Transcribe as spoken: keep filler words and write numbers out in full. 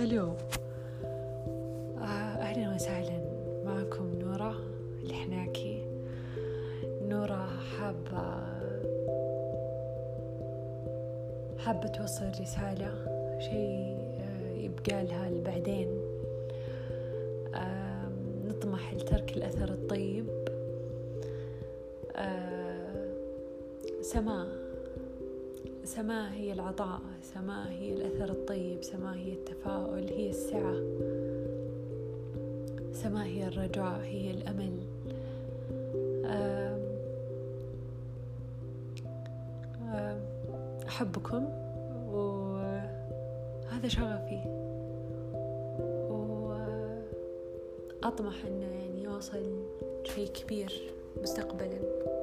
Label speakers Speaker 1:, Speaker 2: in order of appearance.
Speaker 1: هلو. آه، أهلا وسهلا معكم نورة الحناكي. نورة حابة حابة توصل رسالة، شيء آه، يبقى لها البعدين. آه، نطمح لترك الأثر الطيب. آه، سماء سماء هي العطاء، سماء هي الأثر الطيب، سماء هي التفاؤل، هي السعة، سماء هي الرجاء، هي الأمل. أحبكم وهذا شغفي، وأطمح أنه يعني يوصل شيء كبير مستقبلا.